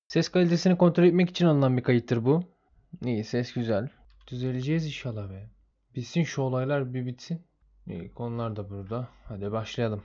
Ses kalitesini kontrol etmek için alınan bir kayıttır bu. İyi, ses güzel. Düzeleceğiz inşallah be. Bitsin şu olaylar bir bitsin. İyi, konular da burada. Hadi başlayalım.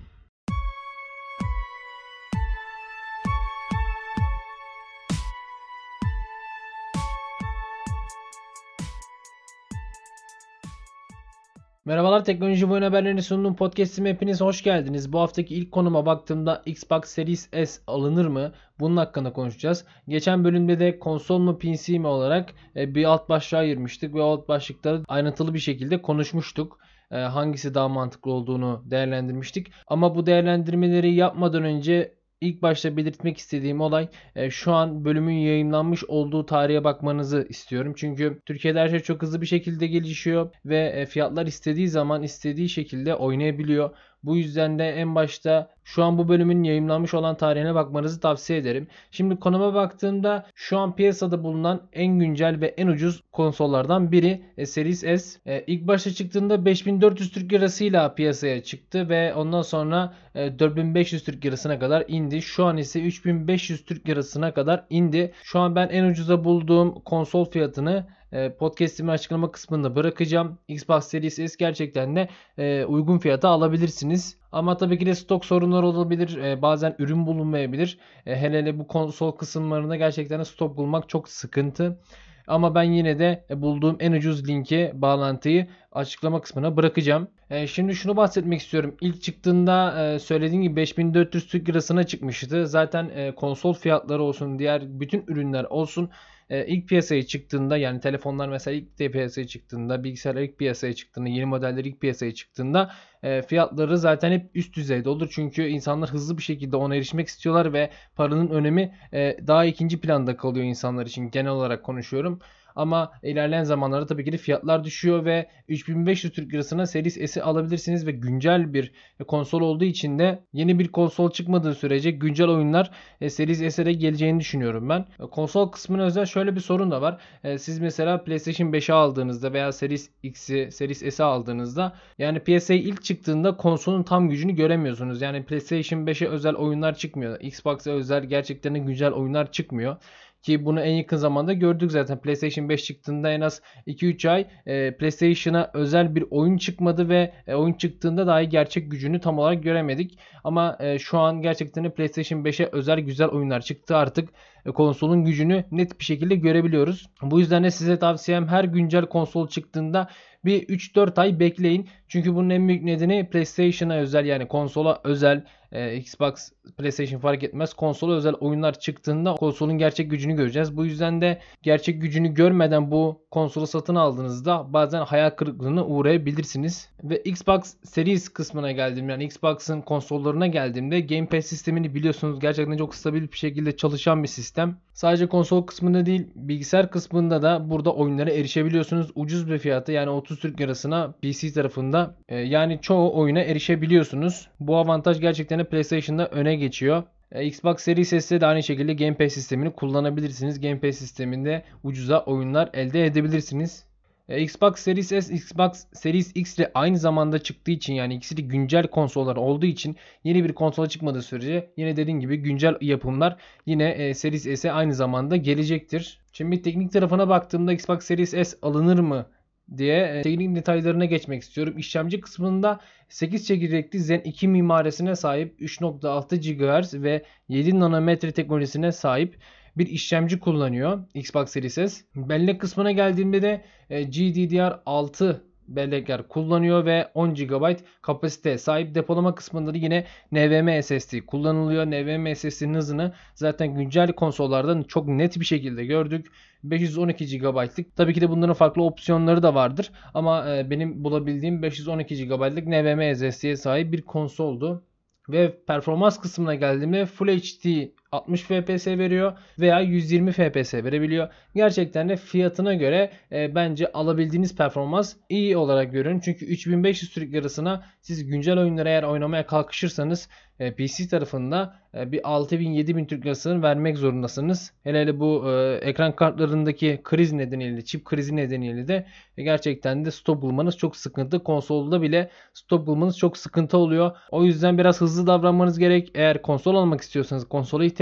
Merhabalar, teknoloji ve oyun haberlerini sunduğum podcast'ime hepiniz hoş geldiniz. Bu haftaki ilk konuma baktığımda Xbox Series S alınır mı? Bunun hakkında konuşacağız. Geçen bölümde de konsol mu PC mi olarak bir alt başlığa ayırmıştık ve o alt başlıkta ayrıntılı bir şekilde konuşmuştuk. Hangisi daha mantıklı olduğunu değerlendirmiştik. Ama bu değerlendirmeleri yapmadan önce İlk başta belirtmek istediğim olay şu an bölümün yayınlanmış olduğu tarihe bakmanızı istiyorum. Çünkü Türkiye'de her şey çok hızlı bir şekilde gelişiyor ve fiyatlar istediği zaman istediği şekilde oynayabiliyor. Bu yüzden de en başta şu an bu bölümün yayınlanmış olan tarihine bakmanızı tavsiye ederim. Şimdi konuma baktığımda şu an piyasada bulunan en güncel ve en ucuz konsollardan biri Series S. İlk başta çıktığında 5400 Türk Lirasıyla piyasaya çıktı ve ondan sonra 4500 Türk Lirasına kadar indi. Şu an ise 3500 Türk Lirasına kadar indi. Şu an ben en ucuza bulduğum konsol fiyatını podcast'imin açıklama kısmında bırakacağım. Xbox Series S gerçekten de uygun fiyata alabilirsiniz. Ama tabii ki de stok sorunları olabilir. Bazen ürün bulunmayabilir. Hele hele bu konsol kısımlarında gerçekten de stok bulmak çok sıkıntı. Ama ben yine de bulduğum en ucuz linki, bağlantıyı açıklama kısmına bırakacağım. Şimdi şunu bahsetmek istiyorum. İlk çıktığında söylediğim gibi 5400 Türk Lirası'na çıkmıştı. Zaten konsol fiyatları olsun, diğer bütün ürünler olsun ilk piyasaya çıktığında, yani telefonlar mesela ilk piyasaya çıktığında, bilgisayarlar ilk piyasaya çıktığında, yeni modeller ilk piyasaya çıktığında fiyatları zaten hep üst düzeyde olur. Çünkü insanlar hızlı bir şekilde ona erişmek istiyorlar ve paranın önemi daha ikinci planda kalıyor insanlar için, genel olarak konuşuyorum. Ama ilerleyen zamanlarda tabii ki de fiyatlar düşüyor ve 3500 Türk Lirasına Series S'i alabilirsiniz ve güncel bir konsol olduğu için de yeni bir konsol çıkmadığı sürece güncel oyunlar Series S'e de geleceğini düşünüyorum ben. Konsol kısmına özel şöyle bir sorun da var. Siz mesela PlayStation 5'i aldığınızda veya Series X'i, Series S'i aldığınızda, yani piyasaya ilk çıktığında konsolun tam gücünü göremiyorsunuz. Yani PlayStation 5'e özel oyunlar çıkmıyor. Xbox'a özel gerçekten de güncel oyunlar çıkmıyor. Ki bunu en yakın zamanda gördük zaten. PlayStation 5 çıktığında en az 2-3 ay PlayStation'a özel bir oyun çıkmadı ve oyun çıktığında dahi gerçek gücünü tam olarak göremedik. Ama şu an gerçekten de PlayStation 5'e özel güzel oyunlar çıktı. Artık konsolun gücünü net bir şekilde görebiliyoruz. Bu yüzden de size tavsiyem, her güncel konsol çıktığında bir 3-4 ay bekleyin. Çünkü bunun en büyük nedeni PlayStation'a özel, yani konsola özel, Xbox, PlayStation fark etmez, konsola özel oyunlar çıktığında konsolun gerçek gücünü göreceğiz. Bu yüzden de gerçek gücünü görmeden bu konsolu satın aldığınızda bazen hayal kırıklığına uğrayabilirsiniz. Ve Xbox Series kısmına geldim, yani Xbox'ın konsollarına geldiğimde Game Pass sistemini biliyorsunuz, gerçekten çok stabil bir şekilde çalışan bir sistem. Sadece konsol kısmında değil, bilgisayar kısmında da burada oyunlara erişebiliyorsunuz. Ucuz bir fiyata, yani 30 Türk Lirasına PC tarafında yani çoğu oyuna erişebiliyorsunuz. Bu avantaj gerçekten de PlayStation'da öne geçiyor. Xbox Series S'te de aynı şekilde Game Pass sistemini kullanabilirsiniz. Game Pass sisteminde ucuza oyunlar elde edebilirsiniz. Xbox Series S, Xbox Series X ile aynı zamanda çıktığı için, yani ikisi de güncel konsollar olduğu için, yeni bir konsola çıkmadığı sürece yine dediğim gibi güncel yapımlar yine Series S'e aynı zamanda gelecektir. Şimdi teknik tarafına baktığımda Xbox Series S alınır mı diye teknik detaylarına geçmek istiyorum. İşlemci kısmında 8 çekirdekli Zen 2 mimarisine sahip, 3.6 GHz ve 7 nanometre teknolojisine sahip bir işlemci kullanıyor Xbox Series S. Bellek kısmına geldiğimde de GDDR6 bellekler kullanıyor ve 10 GB kapasiteye sahip. Depolama kısmında da yine NVMe SSD kullanılıyor. NVMe SSD'nin hızını zaten güncel konsollardan çok net bir şekilde gördük. 512 GB'lık. Tabii ki de bunların farklı opsiyonları da vardır. Ama benim bulabildiğim 512 GB'lık NVMe SSD'ye sahip bir konsoldu. Ve performans kısmına geldiğimde Full HD 60 FPS veriyor veya 120 FPS verebiliyor. Gerçekten de fiyatına göre bence alabildiğiniz performans iyi olarak görüyorum. Çünkü 3500 Türk Lirasına siz güncel oyunları eğer oynamaya kalkışırsanız PC tarafında bir 6000-7000 Türk Lirasını vermek zorundasınız. Hele hele bu ekran kartlarındaki kriz nedeniyle, çip krizi nedeniyle de gerçekten de stop bulmanız çok sıkıntı. Konsolda bile stop bulmanız çok sıkıntı oluyor. O yüzden biraz hızlı davranmanız gerek. Eğer konsol almak istiyorsanız, konsola ihtiyacınız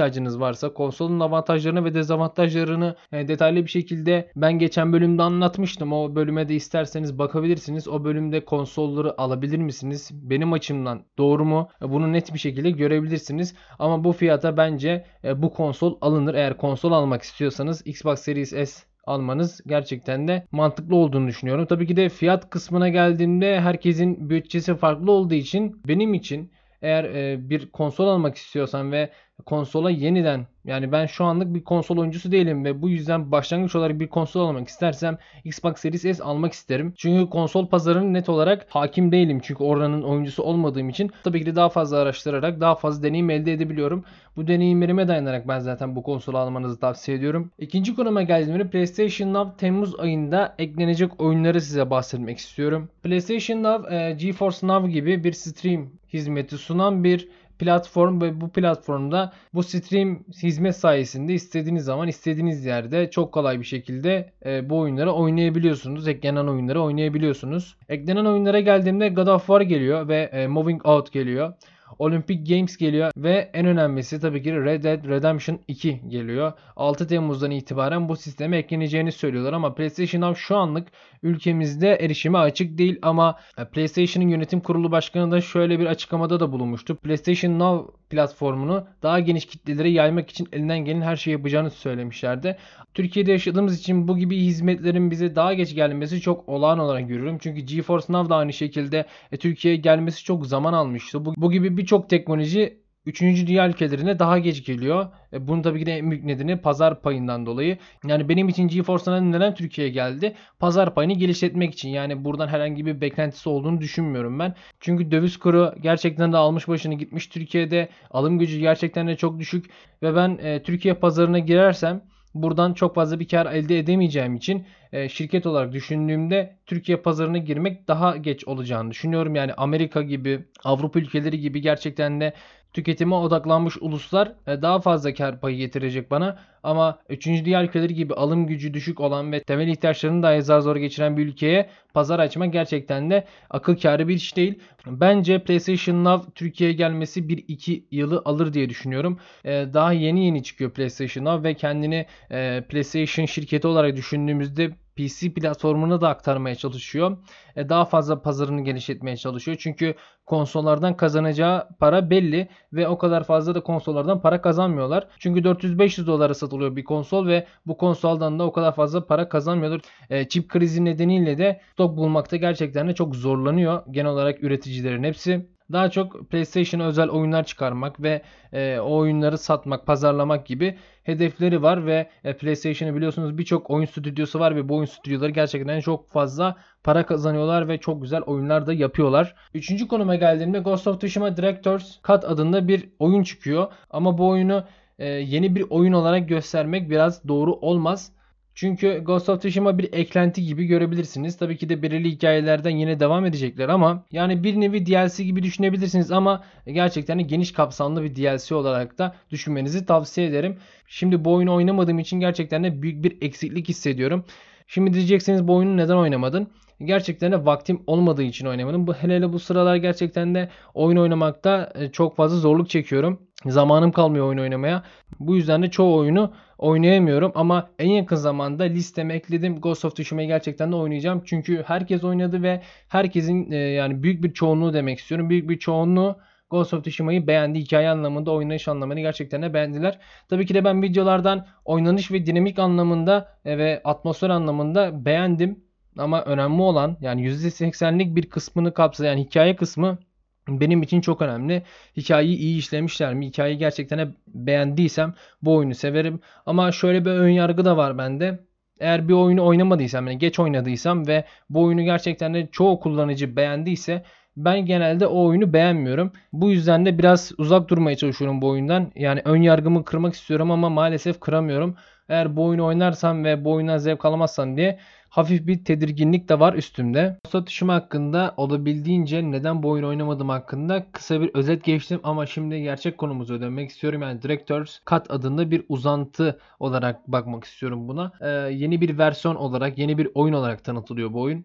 ihtiyacınız varsa konsolun avantajlarını ve dezavantajlarını detaylı bir şekilde ben geçen bölümde anlatmıştım. O bölüme de isterseniz bakabilirsiniz. O bölümde konsolları alabilir misiniz? Benim açımdan doğru mu? Bunu net bir şekilde görebilirsiniz. Ama bu fiyata bence bu konsol alınır. Eğer konsol almak istiyorsanız Xbox Series S almanız gerçekten de mantıklı olduğunu düşünüyorum. Tabii ki de fiyat kısmına geldiğimde herkesin bütçesi farklı olduğu için benim için eğer bir konsol almak istiyorsan ve konsola yeniden, yani ben şu anlık bir konsol oyuncusu değilim ve bu yüzden başlangıç olarak bir konsol almak istersem Xbox Series S almak isterim. Çünkü konsol pazarının net olarak hakim değilim. Çünkü oranın oyuncusu olmadığım için tabii ki de daha fazla araştırarak daha fazla deneyim elde edebiliyorum. Bu deneyimlerime dayanarak ben zaten bu konsolu almanızı tavsiye ediyorum. İkinci konuma geldiğimde PlayStation Now Temmuz ayında eklenecek oyunları size bahsetmek istiyorum. PlayStation Now, GeForce Now gibi bir stream hizmeti sunan bir platform ve bu platformda bu stream hizmet sayesinde istediğiniz zaman istediğiniz yerde çok kolay bir şekilde bu oyunları oynayabiliyorsunuz. Eklenen oyunları oynayabiliyorsunuz. Eklenen oyunlara geldiğimde God of War geliyor ve Moving Out geliyor. Olympic Games geliyor ve en önemlisi tabii ki Red Dead Redemption 2 geliyor. 6 Temmuz'dan itibaren bu sisteme ekleneceğini söylüyorlar ama PlayStation Now şu anlık ülkemizde erişime açık değil ama PlayStation'ın yönetim kurulu başkanı da şöyle bir açıklamada da bulunmuştu. PlayStation Now platformunu daha geniş kitlelere yaymak için elinden gelen her şeyi yapacağını söylemişlerdi. Türkiye'de yaşadığımız için bu gibi hizmetlerin bize daha geç gelmesi çok olağan olarak görüyorum. Çünkü GeForce Now da aynı şekilde Türkiye'ye gelmesi çok zaman almıştı. Bu gibi birçok teknoloji 3. dünya ülkelerine daha geç geliyor. Bunun tabii ki de en büyük nedeni pazar payından dolayı. Yani benim için GeForce Now neden Türkiye'ye geldi? Pazar payını genişletmek için. Yani buradan herhangi bir beklentisi olduğunu düşünmüyorum ben. Çünkü döviz kuru gerçekten de almış başını gitmiş Türkiye'de. Alım gücü gerçekten de çok düşük. Ve ben Türkiye pazarına girersem buradan çok fazla bir kar elde edemeyeceğim için şirket olarak düşündüğümde Türkiye pazarına girmek daha geç olacağını düşünüyorum. Yani Amerika gibi, Avrupa ülkeleri gibi gerçekten de tüketime odaklanmış uluslar daha fazla kar payı getirecek bana. Ama 3. dünya ülkeleri gibi alım gücü düşük olan ve temel ihtiyaçlarını dahi zar zor geçiren bir ülkeye pazar açmak gerçekten de akıl kârı bir iş değil. Bence PlayStation Now Türkiye'ye gelmesi 1-2 yılı alır diye düşünüyorum. Daha yeni çıkıyor PlayStation Now ve kendini PlayStation şirketi olarak düşündüğümüzde PC platformuna da aktarmaya çalışıyor. Daha fazla pazarını genişletmeye çalışıyor. Çünkü konsollardan kazanacağı para belli ve o kadar fazla da konsollardan para kazanmıyorlar. Çünkü 400-500 dolara satılıyor bir konsol ve bu konsoldan da o kadar fazla para kazanmıyorlar. Çip krizi nedeniyle de stok bulmakta gerçekten de çok zorlanıyor. Genel olarak üreticilerin hepsi. Daha çok PlayStation'a özel oyunlar çıkarmak ve o oyunları satmak, pazarlamak gibi hedefleri var ve PlayStation'ı biliyorsunuz birçok oyun stüdyosu var ve bu oyun stüdyoları gerçekten çok fazla para kazanıyorlar ve çok güzel oyunlar da yapıyorlar. Üçüncü konuma geldiğimde Ghost of Tsushima Director's Cut adında bir oyun çıkıyor. Ama bu oyunu yeni bir oyun olarak göstermek biraz doğru olmaz. Çünkü Ghost of Tsushima bir eklenti gibi görebilirsiniz. Tabii ki de belirli hikayelerden yine devam edecekler ama yani bir nevi DLC gibi düşünebilirsiniz ama gerçekten de geniş kapsamlı bir DLC olarak da düşünmenizi tavsiye ederim. Şimdi bu oyunu oynamadığım için gerçekten de büyük bir eksiklik hissediyorum. Şimdi diyeceksiniz bu oyunu neden oynamadın? Gerçekten de vaktim olmadığı için oynamadım. Hele bu sıralar gerçekten de oyun oynamakta çok fazla zorluk çekiyorum. Zamanım kalmıyor oyun oynamaya. Bu yüzden de çoğu oyunu oynayamıyorum ama en yakın zamanda listeme ekledim. Ghost of Tsushima'yı gerçekten de oynayacağım. Çünkü herkes oynadı ve herkesin yani büyük bir çoğunluğu demek istiyorum. Büyük bir çoğunluğu Ghost of Tsushima'yı beğendi. Hikaye anlamında, oynayış anlamında gerçekten de beğendiler. Tabii ki de ben videolardan oynanış ve dinamik anlamında ve atmosfer anlamında beğendim. Ama önemli olan yani %80'lik bir kısmını kapsayan hikaye kısmı benim için çok önemli. Hikayeyi iyi işlemişler mi? Hikayeyi gerçekten de beğendiysem bu oyunu severim. Ama şöyle bir ön yargı da var bende. Eğer bir oyunu oynamadıysam, yani geç oynadıysam ve bu oyunu gerçekten de çoğu kullanıcı beğendiyse ben genelde o oyunu beğenmiyorum. Bu yüzden de biraz uzak durmaya çalışıyorum bu oyundan. Yani ön yargımı kırmak istiyorum ama maalesef kıramıyorum. Eğer bu oyunu oynarsam ve bu oyundan zevk alamazsam diye hafif bir tedirginlik de var üstümde. Satışım hakkında olabildiğince neden bu oyunu oynamadım hakkında kısa bir özet geçtim ama şimdi gerçek konumuza dönmek istiyorum. Yani Director's Cut adında bir uzantı olarak bakmak istiyorum buna. Yeni bir versiyon olarak, yeni bir oyun olarak tanıtılıyor bu oyun.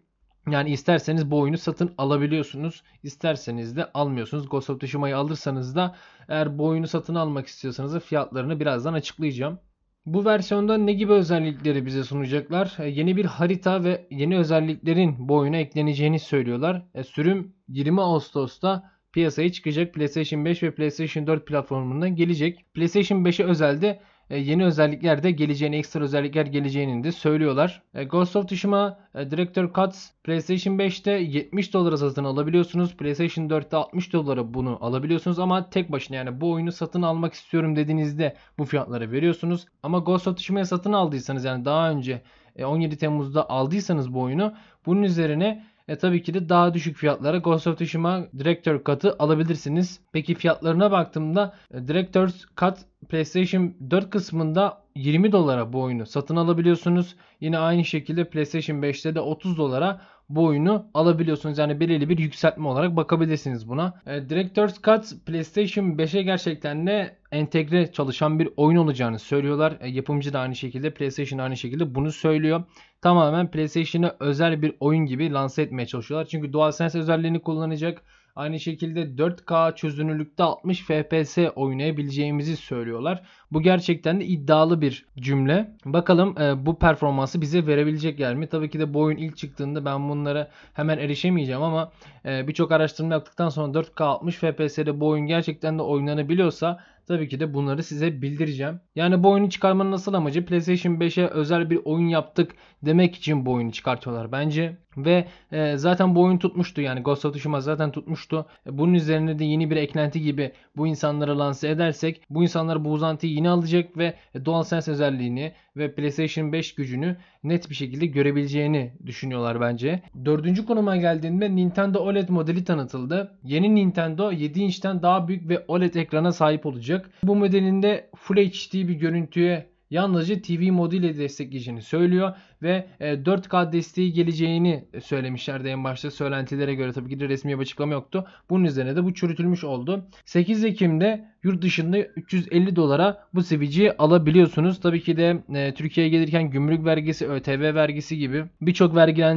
Yani isterseniz bu oyunu satın alabiliyorsunuz. İsterseniz de almıyorsunuz. Ghost of Tsushima'yı alırsanız da eğer bu oyunu satın almak istiyorsanız da fiyatlarını birazdan açıklayacağım. Bu versiyonda ne gibi özellikleri bize sunacaklar? Yeni bir harita ve yeni özelliklerin bu oyuna ekleneceğini söylüyorlar. Sürüm 20 Ağustos'ta piyasaya çıkacak. PlayStation 5 ve PlayStation 4 platformundan gelecek. PlayStation 5'e özel de yeni özellikler de geleceğini, ekstra özellikler geleceğini de söylüyorlar. Ghost of Tsushima Director Cuts PlayStation 5'te 70 dolara satın alabiliyorsunuz. PlayStation 4'te 60 dolara bunu alabiliyorsunuz ama tek başına, yani bu oyunu satın almak istiyorum dediğinizde bu fiyatları veriyorsunuz. Ama Ghost of Tsushima'yı satın aldıysanız, yani daha önce 17 Temmuz'da aldıysanız bu oyunu, bunun üzerine tabii ki de daha düşük fiyatlara Ghost of Tsushima Director Cut'ı alabilirsiniz. Peki fiyatlarına baktığımda Director's Cut PlayStation 4 kısmında 20 dolara bu oyunu satın alabiliyorsunuz. Yine aynı şekilde PlayStation 5'te de 30 dolara bu oyunu alabiliyorsunuz. Yani belirli bir yükseltme olarak bakabilirsiniz buna. Director's Cut PlayStation 5'e gerçekten de entegre çalışan bir oyun olacağını söylüyorlar. Yapımcı da aynı şekilde, PlayStation aynı şekilde bunu söylüyor. Tamamen PlayStation'a özel bir oyun gibi lanse etmeye çalışıyorlar. Çünkü DualSense özelliğini kullanacak. Aynı şekilde 4K çözünürlükte 60 FPS oynayabileceğimizi söylüyorlar. Bu gerçekten de iddialı bir cümle. Bakalım bu performansı bize verebilecekler mi? Tabii ki de bu oyun ilk çıktığında ben bunlara hemen erişemeyeceğim ama birçok araştırma yaptıktan sonra 4K 60 FPS'de bu oyun gerçekten de oynanabiliyorsa tabii ki de bunları size bildireceğim. Yani bu oyunu çıkarmanın nasıl amacı, PlayStation 5'e özel bir oyun yaptık demek için bu oyunu çıkartıyorlar bence. Ve zaten bu oyun tutmuştu, yani Ghost of Tsushima zaten tutmuştu. Bunun üzerine de yeni bir eklenti gibi bu insanlara lanse edersek, bu insanlar bu uzantıyı yine alacak ve DualSense özelliğini ve PlayStation 5 gücünü net bir şekilde görebileceğini düşünüyorlar bence. Dördüncü konuma geldiğinde Nintendo OLED modeli tanıtıldı. Yeni Nintendo 7 inçten daha büyük ve OLED ekrana sahip olacak. Bu modelinde Full HD bir görüntüye yalnızca TV modu ile destekleyeceğini söylüyor ve 4K desteği geleceğini söylemişlerdi en başta. Söylentilere göre, tabii ki de resmi bir açıklama yoktu. Bunun üzerine de bu çürütülmüş oldu. 8 Ekim'de yurt dışında 350 dolara bu Switch'i alabiliyorsunuz. Tabii ki de Türkiye'ye gelirken gümrük vergisi, ÖTV vergisi gibi birçok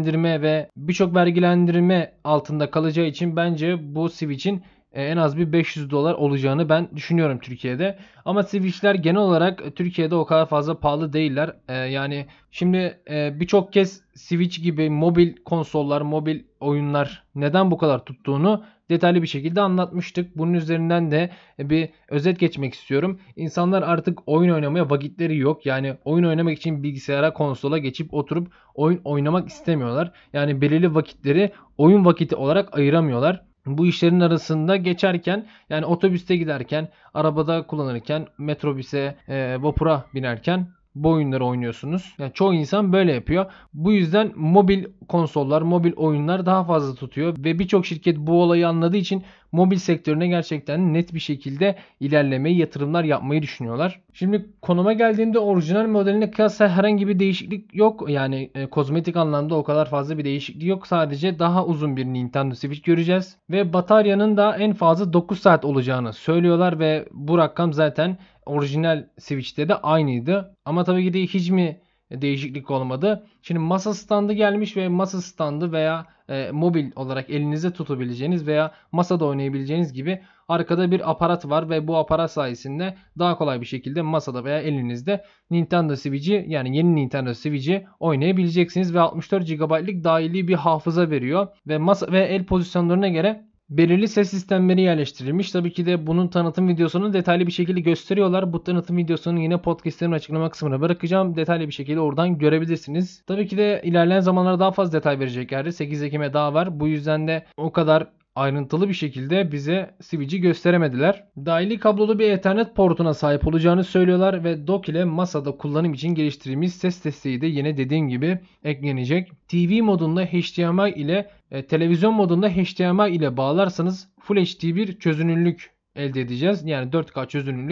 vergilendirme altında kalacağı için bence bu Switch'in en az bir 500 dolar olacağını ben düşünüyorum Türkiye'de. Ama Switch'ler genel olarak Türkiye'de o kadar fazla pahalı değiller. Yani şimdi birçok kez Switch gibi mobil konsollar, mobil oyunlar neden bu kadar tuttuğunu detaylı bir şekilde anlatmıştık. Bunun üzerinden de bir özet geçmek istiyorum. İnsanlar artık oyun oynamaya vakitleri yok. Yani oyun oynamak için bilgisayara, konsola geçip oturup oyun oynamak istemiyorlar. Yani belirli vakitleri oyun vakiti olarak ayıramıyorlar. Bu işlerin arasında geçerken, yani otobüste giderken, arabada kullanırken, metrobüse, vapura binerken bu oyunları oynuyorsunuz. Yani çoğu insan böyle yapıyor. Bu yüzden mobil konsollar, mobil oyunlar daha fazla tutuyor ve birçok şirket bu olayı anladığı için mobil sektörüne gerçekten net bir şekilde ilerlemeyi, yatırımlar yapmayı düşünüyorlar. Şimdi konuma geldiğimde orijinal modeline kıyasla herhangi bir değişiklik yok. Yani kozmetik anlamda o kadar fazla bir değişiklik yok. Sadece daha uzun bir Nintendo Switch göreceğiz. Ve bataryanın da en fazla 9 saat olacağını söylüyorlar ve bu rakam zaten orijinal Switch'te de aynıydı. Ama tabii ki de hiç mi değişiklik olmadı? Şimdi masa standı gelmiş ve masa standı veya mobil olarak elinizde tutabileceğiniz veya masada oynayabileceğiniz gibi arkada bir aparat var ve bu aparat sayesinde daha kolay bir şekilde masada veya elinizde Nintendo Switch'i, yani yeni Nintendo Switch'i oynayabileceksiniz ve 64 GB'lık dahili bir hafıza veriyor ve masa ve el pozisyonlarına göre belirli ses sistemleri yerleştirilmiş. Tabii ki de bunun tanıtım videosunu detaylı bir şekilde gösteriyorlar. Bu tanıtım videosunu yine podcast'lerin açıklama kısmına bırakacağım. Detaylı bir şekilde oradan görebilirsiniz. Tabii ki de ilerleyen zamanlarda daha fazla detay vereceklerdir. 8 Ekim'e daha var. Bu yüzden de o kadar ayrıntılı bir şekilde bize Switch'i gösteremediler. Dahili kablolu bir Ethernet portuna sahip olacağını söylüyorlar ve dock ile masada kullanım için geliştirilmiş ses desteği de yine dediğim gibi eklenecek. TV modunda HDMI ile televizyon modunda HDMI ile bağlarsanız Full HD bir çözünürlük elde edeceğiz. Yani 4K çözünürlük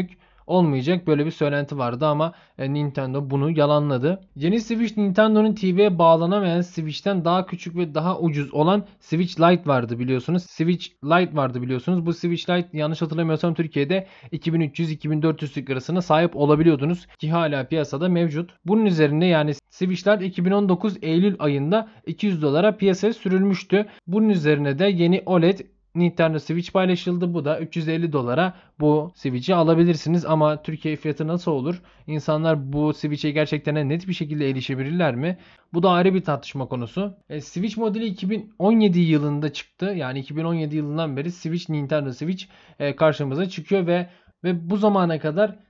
olmayacak. Böyle bir söylenti vardı ama Nintendo bunu yalanladı. Yeni Switch, Nintendo'nun TV'ye bağlanamayan Switch'ten daha küçük ve daha ucuz olan Switch Lite vardı biliyorsunuz. Switch Lite vardı biliyorsunuz. Bu Switch Lite yanlış hatırlamıyorsam Türkiye'de 2300-2400 Türk lirasına sahip olabiliyordunuz ki hala piyasada mevcut. Bunun üzerine yani Switch Lite 2019 Eylül ayında 200 dolara piyasaya sürülmüştü. Bunun üzerine de yeni OLED Nintendo Switch paylaşıldı. Bu da 350 dolara bu Switch'i alabilirsiniz ama Türkiye fiyatı nasıl olur? İnsanlar bu Switch'e gerçekten net bir şekilde erişebilirler mi? Bu da ayrı bir tartışma konusu. Switch modeli 2017 yılında çıktı. Yani 2017 yılından beri Nintendo Switch karşımıza çıkıyor ve bu zamana kadar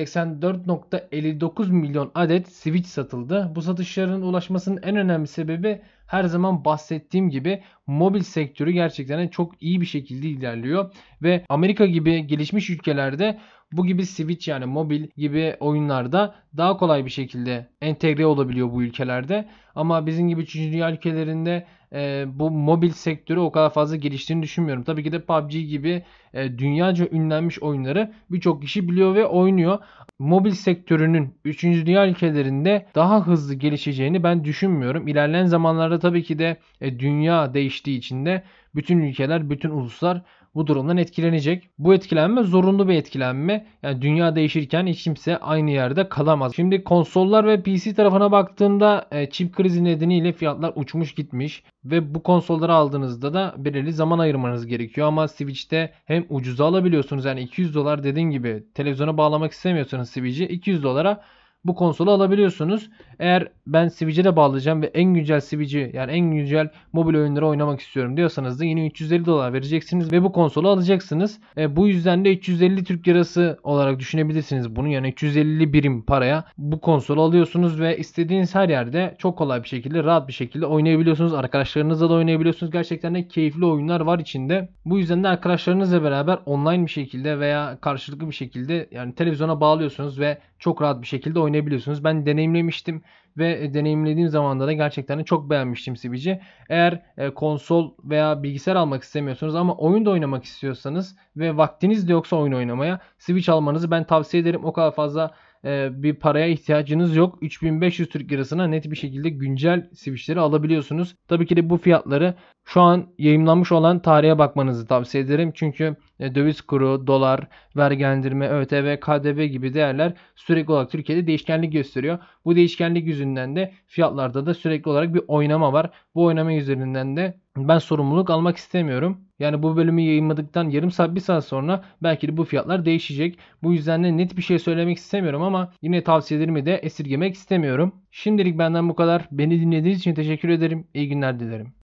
84.59 milyon adet Switch satıldı. Bu satışların ulaşmasının en önemli sebebi her zaman bahsettiğim gibi mobil sektörü gerçekten çok iyi bir şekilde ilerliyor ve Amerika gibi gelişmiş ülkelerde bu gibi Switch yani mobil gibi oyunlarda daha kolay bir şekilde entegre olabiliyor bu ülkelerde. Ama bizim gibi 3. dünya ülkelerinde bu mobil sektörü o kadar fazla geliştiğini düşünmüyorum. Tabii ki de PUBG gibi dünyaca ünlenmiş oyunları birçok kişi biliyor ve oynuyor. Mobil sektörünün 3. dünya ülkelerinde daha hızlı gelişeceğini ben düşünmüyorum. İlerleyen zamanlarda tabii ki de dünya değiştiği için de bütün ülkeler, bütün uluslar bu durumdan etkilenecek. Bu etkilenme zorunlu bir etkilenme. Yani dünya değişirken hiç kimse aynı yerde kalamaz. Şimdi konsollar ve PC tarafına baktığımda çip krizi nedeniyle fiyatlar uçmuş gitmiş. Ve bu konsolları aldığınızda da belirli zaman ayırmanız gerekiyor. Ama Switch'te hem ucuza alabiliyorsunuz. Yani 200 dolar dediğim gibi televizyona bağlamak istemiyorsanız Switch'i 200 dolara bu konsolu alabiliyorsunuz. Eğer ben Switch'e de bağlayacağım ve en güncel Switch'i yani en güncel mobil oyunları oynamak istiyorum diyorsanız da yine 350 dolar vereceksiniz ve bu konsolu alacaksınız. Bu yüzden de 350 Türk lirası olarak düşünebilirsiniz bunu. Yani 350 birim paraya bu konsolu alıyorsunuz ve istediğiniz her yerde çok kolay bir şekilde, rahat bir şekilde oynayabiliyorsunuz. Arkadaşlarınızla da oynayabiliyorsunuz. Gerçekten de keyifli oyunlar var içinde. Bu yüzden de arkadaşlarınızla beraber online bir şekilde veya karşılıklı bir şekilde yani televizyona bağlıyorsunuz ve çok rahat bir şekilde oynayabiliyorsunuz. Ben deneyimlemiştim ve deneyimlediğim zamanda da gerçekten çok beğenmiştim Switch'i. Eğer konsol veya bilgisayar almak istemiyorsanız ama oyun da oynamak istiyorsanız ve vaktiniz de yoksa oyun oynamaya Switch almanızı ben tavsiye ederim. O kadar fazla bir paraya ihtiyacınız yok. 3500 Türk Lirasına net bir şekilde güncel Switch'leri alabiliyorsunuz. Tabii ki de bu fiyatları şu an yayımlanmış olan tarihe bakmanızı tavsiye ederim. Çünkü döviz kuru, dolar, vergilendirme, ÖTV, KDV gibi değerler sürekli olarak Türkiye'de değişkenlik gösteriyor. Bu değişkenlik yüzünden de fiyatlarda da sürekli olarak bir oynama var. Bu oynama üzerinden de ben sorumluluk almak istemiyorum. Yani bu bölümü yayınladıktan yarım saat bir saat sonra belki de bu fiyatlar değişecek. Bu yüzden de net bir şey söylemek istemiyorum ama yine tavsiyelerimi de esirgemek istemiyorum. Şimdilik benden bu kadar. Beni dinlediğiniz için teşekkür ederim. İyi günler dilerim.